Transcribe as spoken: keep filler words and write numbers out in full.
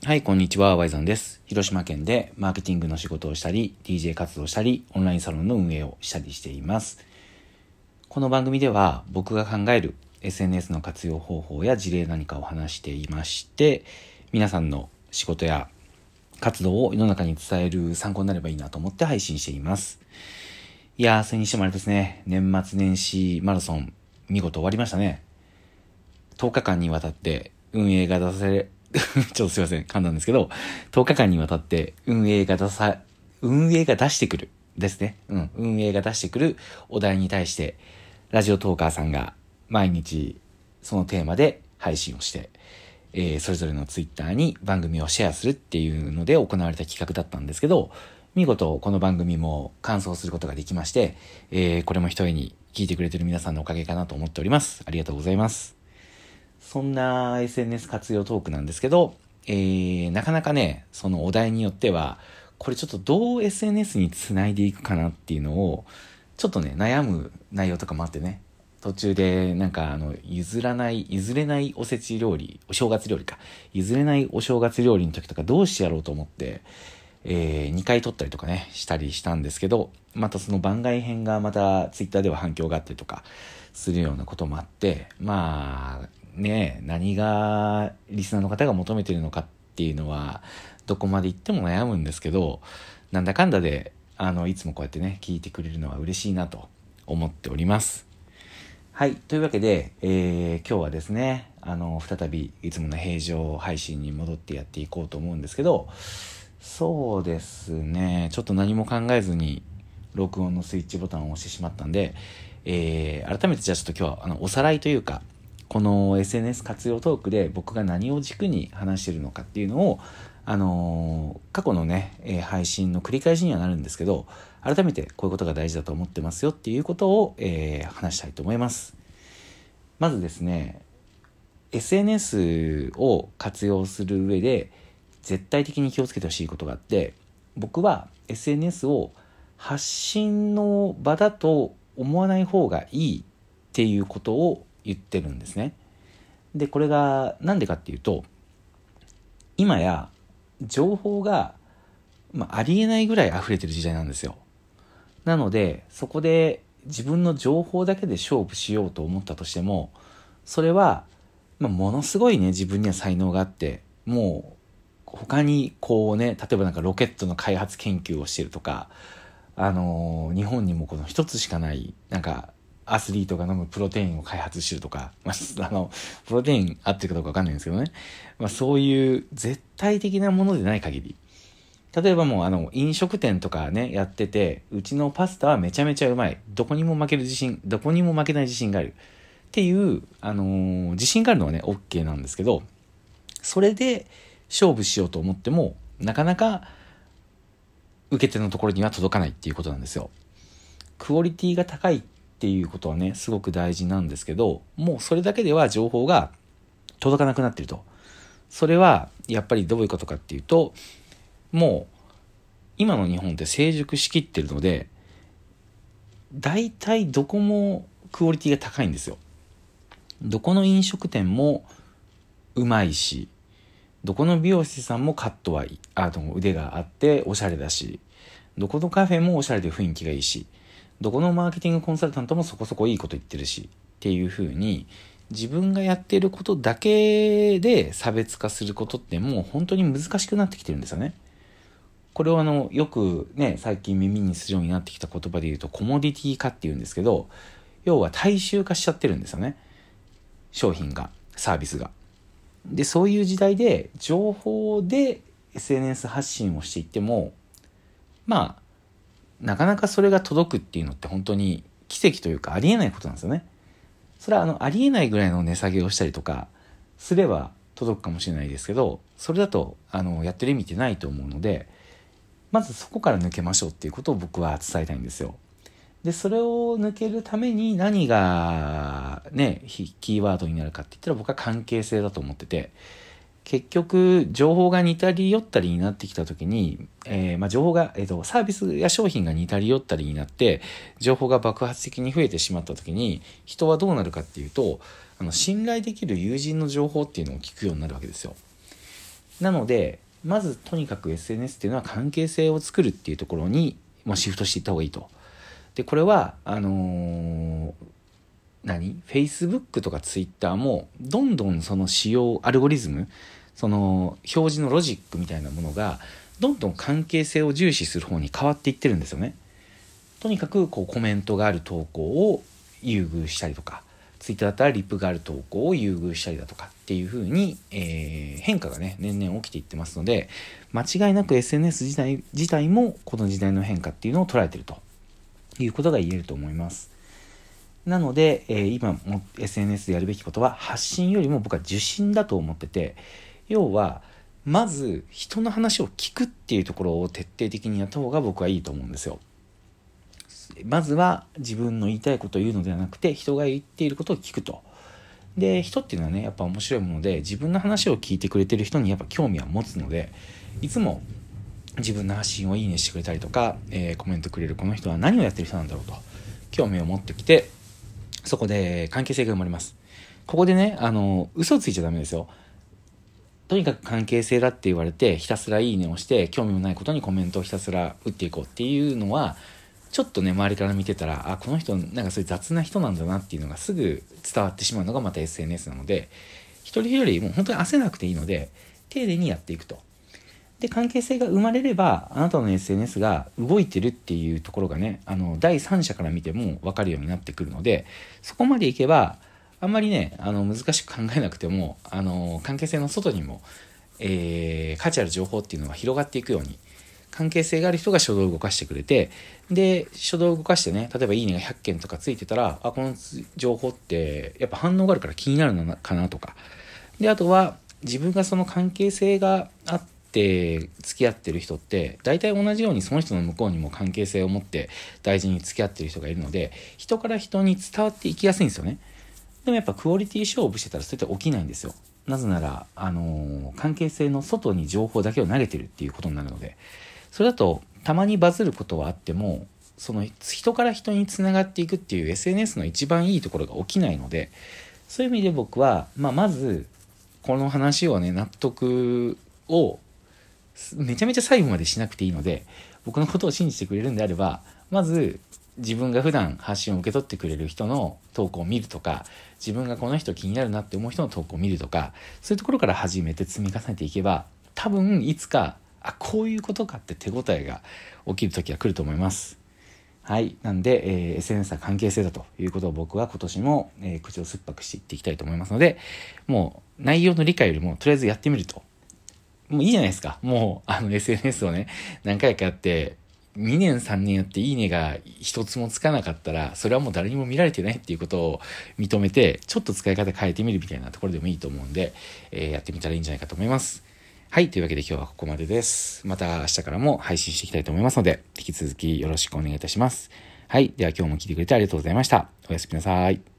はい、こんにちは、ワイザンです。広島県でマーケティングの仕事をしたり、ディージェー 活動をしたり、オンラインサロンの運営をしたりしています。この番組では僕が考える エスエヌエス の活用方法や事例何かを話していまして、皆さんの仕事や活動を世の中に伝える参考になればいいなと思って配信しています。いやー、それにしてもあれですね、年末年始マラソン見事終わりましたね。とおかかんにわたって運営が出されちょっとすいません、噛んだんですけど、とおかかんにわたって運営が出さ、運営が出してくるですね。うん、運営が出してくるお題に対して、ラジオトーカーさんが毎日そのテーマで配信をして、えー、それぞれのツイッターに番組をシェアするっていうので行われた企画だったんですけど、見事この番組も完走することができまして、えー、これも一重に聞いてくれてる皆さんのおかげかなと思っております。ありがとうございます。そんな エスエヌエス 活用トークなんですけど、えー、なかなかね、そのお題によっては、これちょっとどう エスエヌエス につないでいくかなっていうのを、ちょっとね、悩む内容とかもあってね、途中でなんかあの、譲らない、譲れないおせち料理、お正月料理か、譲れないお正月料理の時とかどうしてやろうと思って、えー、にかい撮ったりとかね、したりしたんですけど、またその番外編がまたツイッターでは反響があったりとかするようなこともあって、まあ、ね、何がリスナーの方が求めているのかっていうのはどこまで言っても悩むんですけど、なんだかんだであのいつもこうやってね聞いてくれるのは嬉しいなと思っております。はい、というわけで、えー、今日はですねあの再びいつもの平常配信に戻ってやっていこうと思うんですけど、そうですねちょっと何も考えずに録音のスイッチボタンを押してしまったんで、えー、改めてじゃあちょっと今日はあのおさらいというか、この エスエヌエス 活用トークで僕が何を軸に話しているのかっていうのを、あのー、過去のね、えー、配信の繰り返しにはなるんですけど、改めてこういうことが大事だと思ってますよっていうことを、えー、話したいと思います。まずですね、エスエヌエス を活用する上で絶対的に気をつけてほしいことがあって、僕は エスエヌエス を発信の場だと思わない方がいいっていうことを言ってるんですね。で、これがなんでかっていうと、今や情報が、まあ、ありえないぐらい溢れてる時代なんですよ。なので、そこで自分の情報だけで勝負しようと思ったとしても、それは、まあ、ものすごいね、自分には才能があって、もう他にこうね、例えばなんかロケットの開発研究をしてるとか、あのー、日本にもこの一つしかないなんかアスリートが飲むプロテインを開発してるとか、まあ、あのプロテイン合ってるかどうか分かんないんですけどね、まあ、そういう絶対的なものでない限り、例えばもうあの飲食店とかねやってて、うちのパスタはめちゃめちゃうまい、どこにも負ける自信、どこにも負けない自信があるっていう、あのー、自信があるのはね OK なんですけど、それで勝負しようと思ってもなかなか受け手のところには届かないっていうことなんですよ。クオリティが高いっていうことはねすごく大事なんですけど、もうそれだけでは情報が届かなくなってると。それはやっぱりどういうことかっていうと、もう今の日本って成熟しきってるので、大体どこもクオリティが高いんですよ。どこの飲食店もうまいし、どこの美容師さんもカットはいい、あの腕があっておしゃれだし、どこのカフェもおしゃれで雰囲気がいいし、どこのマーケティングコンサルタントもそこそこいいこと言ってるしっていう風に、自分がやっていることだけで差別化することってもう本当に難しくなってきてるんですよね。これはあのよくね最近耳にするようになってきた言葉で言うとコモディティ化っていうんですけど、要は大衆化しちゃってるんですよね、商品が、サービスが。で、そういう時代で情報で エスエヌエス 発信をしていっても、まあなかなかそれが届くっていうのって本当に奇跡というかありえないことなんですよね。それはあのありえないぐらいの値下げをしたりとかすれば届くかもしれないですけど、それだとあのやってる意味ってないと思うので、まずそこから抜けましょうっていうことを僕は伝えたいんですよ。で、それを抜けるために何がねキーワードになるかって言ったら、僕は関係性だと思ってて、結局情報が似たり寄ったりになってきたときに、えー、まあ情報が、えーと、サービスや商品が似たり寄ったりになって情報が爆発的に増えてしまったときに、人はどうなるかっていうと、あの信頼できる友人の情報っていうのを聞くようになるわけですよ。 なのでまずとにかく エスエヌエス っていうのは関係性を作るっていうところにもうシフトしていった方がいいと。でこれはあのー、何 Facebook とか Twitter もどんどんその使用アルゴリズム、その表示のロジックみたいなものがどんどん関係性を重視する方に変わっていってるんですよね。とにかくこうコメントがある投稿を優遇したりとか、ツイッターだったらリプがある投稿を優遇したりだとかっていう風に、えー、変化がね年々起きていってますので、間違いなく エスエヌエス 自体、自体もこの時代の変化っていうのを捉えているということが言えると思います。なので、えー、今も エスエヌエス でやるべきことは発信よりも僕は受信だと思ってて、要はまず人の話を聞くっていうところを徹底的にやった方が僕はいいと思うんですよ。まずは自分の言いたいことを言うのではなくて、人が言っていることを聞くと。で人っていうのはねやっぱ面白いもので、自分の話を聞いてくれてる人にやっぱ興味は持つので、いつも自分の発信をいいねしてくれたりとか、えー、コメントくれるこの人は何をやってる人なんだろうと興味を持ってきて、そこで関係性が生まれます。ここでねあの嘘ついちゃダメですよ。とにかく関係性だって言われてひたすらいいねをして興味もないことにコメントをひたすら打っていこうっていうのはちょっとね周りから見てたら、あこの人なんかそういう雑な人なんだなっていうのがすぐ伝わってしまうのがまた エスエヌエス なので、一人一人もう本当に焦らなくていいので丁寧にやっていくと。で関係性が生まれればあなたの エスエヌエス が動いてるっていうところがねあの第三者から見ても分かるようになってくるので、そこまでいけばあんまりねあの難しく考えなくてもあの関係性の外にも、えー、価値ある情報っていうのが広がっていくように、関係性がある人が初動を動かしてくれて、で初動を動かしてね、例えばいいねがひゃっけんとかついてたら、あこの情報ってやっぱ反応があるから気になるのかなとか、であとは自分がその関係性があって付き合ってる人って大体同じようにその人の向こうにも関係性を持って大事に付き合ってる人がいるので、人から人に伝わっていきやすいんですよね。でもやっぱクオリティ勝負してたらそれって起きないんですよ。なぜなら、あのー、関係性の外に情報だけを投げてるっていうことになるので、それだとたまにバズることはあっても、その人から人につながっていくっていう エスエヌエス の一番いいところが起きないので、そういう意味で僕は、まあ、まずこの話をね納得をめちゃめちゃ最後までしなくていいので、僕のことを信じてくれるんであれば、まず自分が普段発信を受け取ってくれる人の投稿を見るとか、自分がこの人気になるなって思う人の投稿を見るとか、そういうところから始めて積み重ねていけば、多分いつかあこういうことかって手応えが起きる時が来ると思います。はい。なんで、えー、エスエヌエス は関係性だということを僕は今年も、えー、口を酸っぱくしていっていきたいと思いますので、もう内容の理解よりもとりあえずやってみると。もういいじゃないですか。もうあの エスエヌエス をね、何回かやって、にねんさんねんやっていいねが一つもつかなかったら、それはもう誰にも見られてないっていうことを認めて、ちょっと使い方変えてみるみたいなところでもいいと思うんで、えー、やってみたらいいんじゃないかと思います。はい。というわけで今日はここまでです。また明日からも配信していきたいと思いますので、引き続きよろしくお願いいたします。はい。では今日も聞いてくれてありがとうございました。おやすみなさい。